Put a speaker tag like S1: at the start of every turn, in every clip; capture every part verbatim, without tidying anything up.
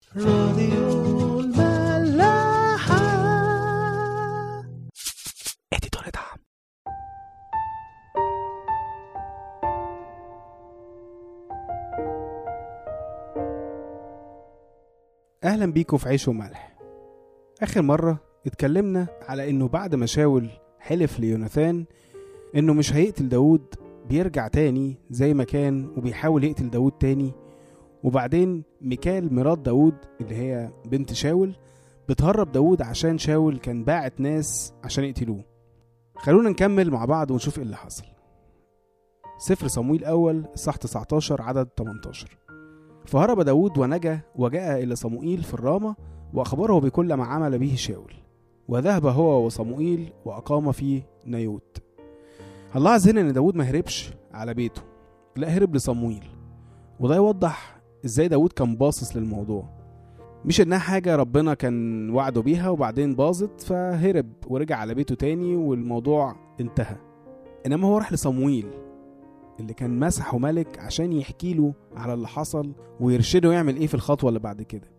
S1: راديو الملاحة. اديتور دعم. اهلا بيكم في عيش وملح. اخر مرة اتكلمنا على انه بعد ما شاول حلف ليوناثان انه مش هيقتل داود، بيرجع تاني زي ما كان وبيحاول يقتل داود تاني. وبعدين ميكال مرات داود اللي هي بنت شاول بتهرب داود عشان شاول كان باعت ناس عشان يقتلوه. خلونا نكمل مع بعض ونشوف ايه اللي حصل. سفر صمويل اول صح تسعتاشر عدد تمنتاشر. فهرب داود ونجا وجاء الى صموئيل في الرامة واخبره بكل ما عمل به شاول، وذهب هو وصموئيل واقام في نايوت. هنلاحظ هنا ان داود ما هربش على بيته، لا هرب لصموئيل. وده يوضح ازاي داود كان باصص للموضوع، مش انها حاجة ربنا كان وعده بيها وبعدين باظت فهرب ورجع على بيته تاني والموضوع انتهى. انما هو راح لصموئيل اللي كان مسحه ملك عشان يحكي له على اللي حصل ويرشده يعمل ايه في الخطوة اللي بعد كده.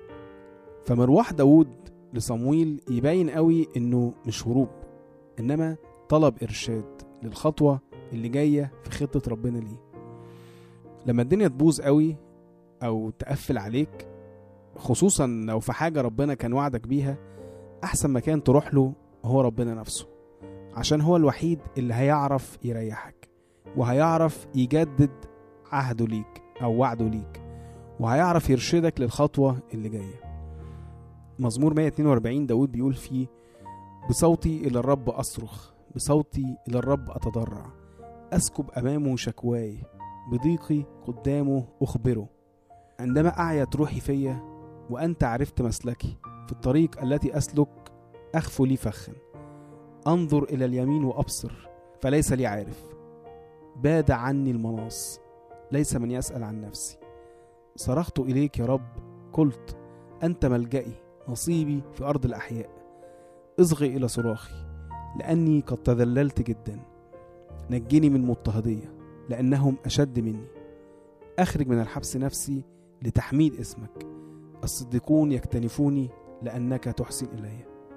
S1: فمروح داود لصموئيل يبين قوي انه مش هروب، انما طلب ارشاد للخطوة اللي جاية في خطة ربنا ليه. لما الدنيا تبوظ قوي او تقفل عليك، خصوصا لو في حاجة ربنا كان وعدك بيها، احسن مكان تروح له هو ربنا نفسه، عشان هو الوحيد اللي هيعرف يريحك وهيعرف يجدد عهده ليك او وعده ليك، وهيعرف يرشدك للخطوة اللي جاية. مزمور مية واتنين واربعين داود بيقول فيه: بصوتي الى الرب اصرخ، بصوتي الى الرب اتضرع، اسكب امامه شكواي، بضيقي قدامه اخبره. عندما اعيت روحي فيا وانت عرفت مسلكي، في الطريق التي اسلك اخفو لي فخا، انظر الى اليمين وابصر فليس لي عارف، باد عني المناص ليس من يسأل عن نفسي. صرخت اليك يا رب، قلت انت ملجئي، نصيبي في ارض الاحياء. اصغي الى صراخي لاني قد تذللت جدا، نجني من مضطهديه لانهم اشد مني. اخرج من الحبس نفسي لتحميد اسمك، الصديقون يكتنفوني لانك تحسن الي.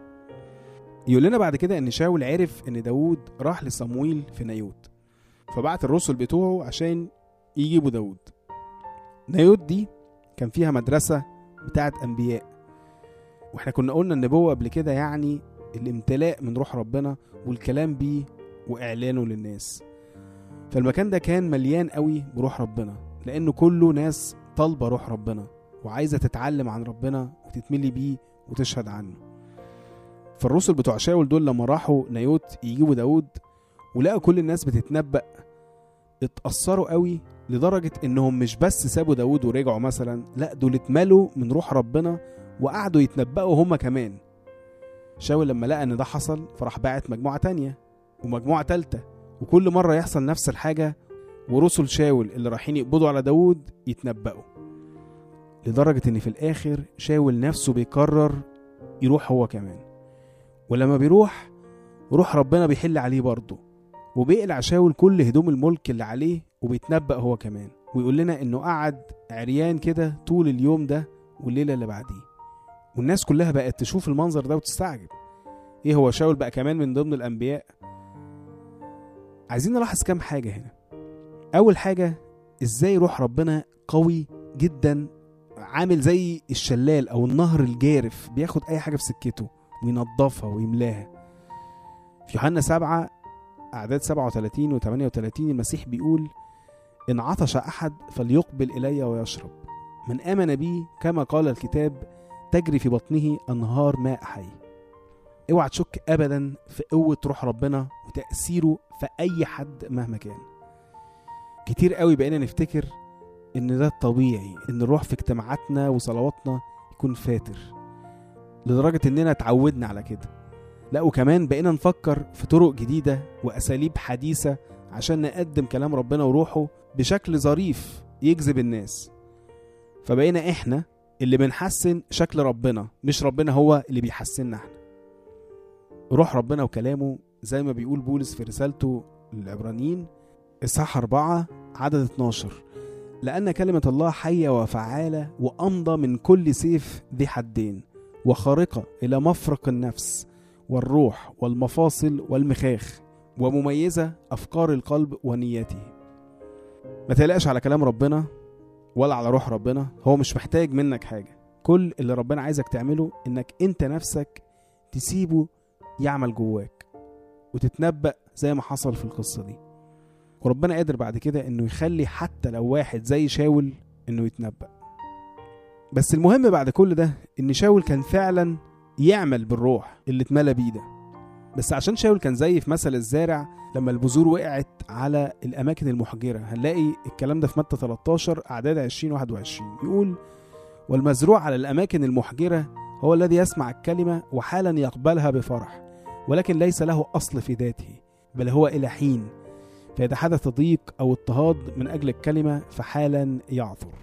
S1: يقول لنا بعد كده ان شاول عرف ان داود راح لصموئيل في نايوت، فبعت الرسل بتوعه عشان يجيبوا داود. نايوت دي كان فيها مدرسة بتاعت انبياء، واحنا كنا قلنا النبوة قبل كده يعني الامتلاء من روح ربنا والكلام بيه واعلانه للناس. فالمكان ده كان مليان قوي بروح ربنا، لانه كله ناس طالبة روح ربنا وعايزة تتعلم عن ربنا وتتملي بيه وتشهد عنه. فالرسل بتوع شاول دول لما راحوا نايوت يجيبوا داود ولقوا كل الناس بتتنبأ، اتأثروا قوي لدرجة انهم مش بس سابوا داود ورجعوا مثلا، لا دول اتملوا من روح ربنا وقعدوا يتنبأوا هم كمان. شاول لما لقى ان ده حصل فراح باعت مجموعة تانية ومجموعة تالتة، وكل مرة يحصل نفس الحاجة، ورسل شاول اللي رايحين يقبضوا على داود يتنبأوا، لدرجة ان في الاخر شاول نفسه بيقرر يروح هو كمان. ولما بيروح روح ربنا بيحل عليه برضه، وبيقلع شاول كل هدوم الملك اللي عليه وبيتنبأ هو كمان، ويقول لنا انه قعد عريان كده طول اليوم ده والليلة اللي بعديه. والناس كلها بقت تشوف المنظر ده وتستعجب، ايه هو شاول بقى كمان من ضمن الانبياء؟ عايزين نلاحظ كام حاجة هنا. اول حاجة، ازاي روح ربنا قوي جدا، عامل زي الشلال او النهر الجارف بياخد اي حاجة في سكته وينظفها ويملاها. في يوحنا سبعة أعداد سبعة وثلاثين وثمانية وثلاثين المسيح بيقول: إن عطش أحد فليقبل إلي ويشرب، من آمن بي كما قال الكتاب تجري في بطنه أنهار ماء حي. اوعى تشك أبدا في قوة روح ربنا وتأثيره في أي حد مهما كان. كتير قوي بقينا نفتكر إن ده الطبيعي، إن الروح في اجتماعاتنا وصلواتنا يكون فاتر، لدرجة إننا اتعودنا على كده. لا، وكمان بقينا نفكر في طرق جديدة وأساليب حديثة عشان نقدم كلام ربنا وروحه بشكل ظريف يجذب الناس. فبقينا إحنا اللي بنحسن شكل ربنا، مش ربنا هو اللي بيحسننا إحنا. روح ربنا وكلامه زي ما بيقول بولس في رسالته للعبرانيين إصحاح أربعة عدد اتناشر: لأن كلمة الله حية وفعالة وأمضى من كل سيف ذي حدين وخارقة إلى مفرق النفس والروح والمفاصل والمخاخ ومميزة أفكار القلب ونياته. ما تقلقش على كلام ربنا ولا على روح ربنا، هو مش محتاج منك حاجة. كل اللي ربنا عايزك تعمله إنك أنت نفسك تسيبه يعمل جواك وتتنبأ زي ما حصل في القصة دي. وربنا قادر بعد كده إنه يخلي حتى لو واحد زي شاول إنه يتنبأ. بس المهم بعد كل ده إن شاول كان فعلا يعمل بالروح اللي اتملى بيه ده. بس عشان شاول كان زي في مثل الزارع لما البذور وقعت على الأماكن المحجرة. هنلاقي الكلام ده في متى ثلاثة عشر أعداد عشرين واحد وعشرين، يقول: والمزروع على الأماكن المحجرة هو الذي يسمع الكلمة وحالا يقبلها بفرح، ولكن ليس له أصل في ذاته، بل هو إلى حين، فإذا حدث ضيق أو اضطهاد من أجل الكلمة فحالا يعثر.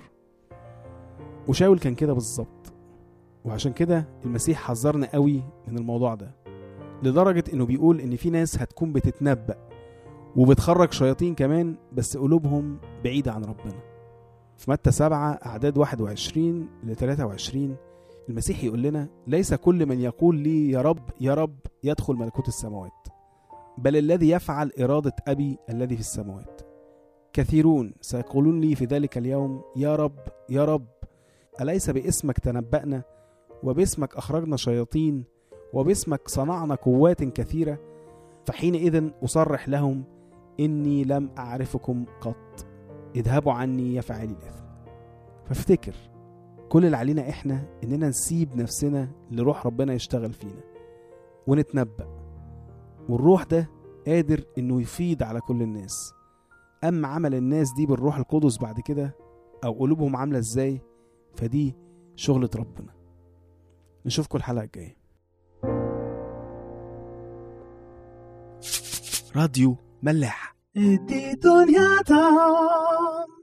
S1: وشاول كان كده بالظبط، وعشان كده المسيح حذرنا قوي من الموضوع ده، لدرجة إنه بيقول إن في ناس هتكون بتتنبأ وبتخرج شياطين كمان بس قلوبهم بعيدة عن ربنا. في متى سبعة أعداد واحد وعشرين لثلاثة وعشرين المسيح يقول لنا: ليس كل من يقول لي يا رب يا رب يدخل ملكوت السماوات، بل الذي يفعل إرادة أبي الذي في السماوات. كثيرون سيقولون لي في ذلك اليوم: يا رب يا رب، أليس باسمك تنبأنا، وباسمك أخرجنا شياطين، وباسمك صنعنا قوات كثيرة؟ فحينئذ أصرح لهم: إني لم أعرفكم قط، اذهبوا عني يا فاعلي الإثم. فافتكر كل اللي علينا إحنا إننا نسيب نفسنا لروح ربنا يشتغل فينا ونتنبأ، والروح ده قادر إنه يفيد على كل الناس. أما عمل الناس دي بالروح القدس بعد كده أو قلوبهم عاملة إزاي، فدي شغلة ربنا. نشوفكم الحلقة الجاية. راديو ملاح. دي دنيا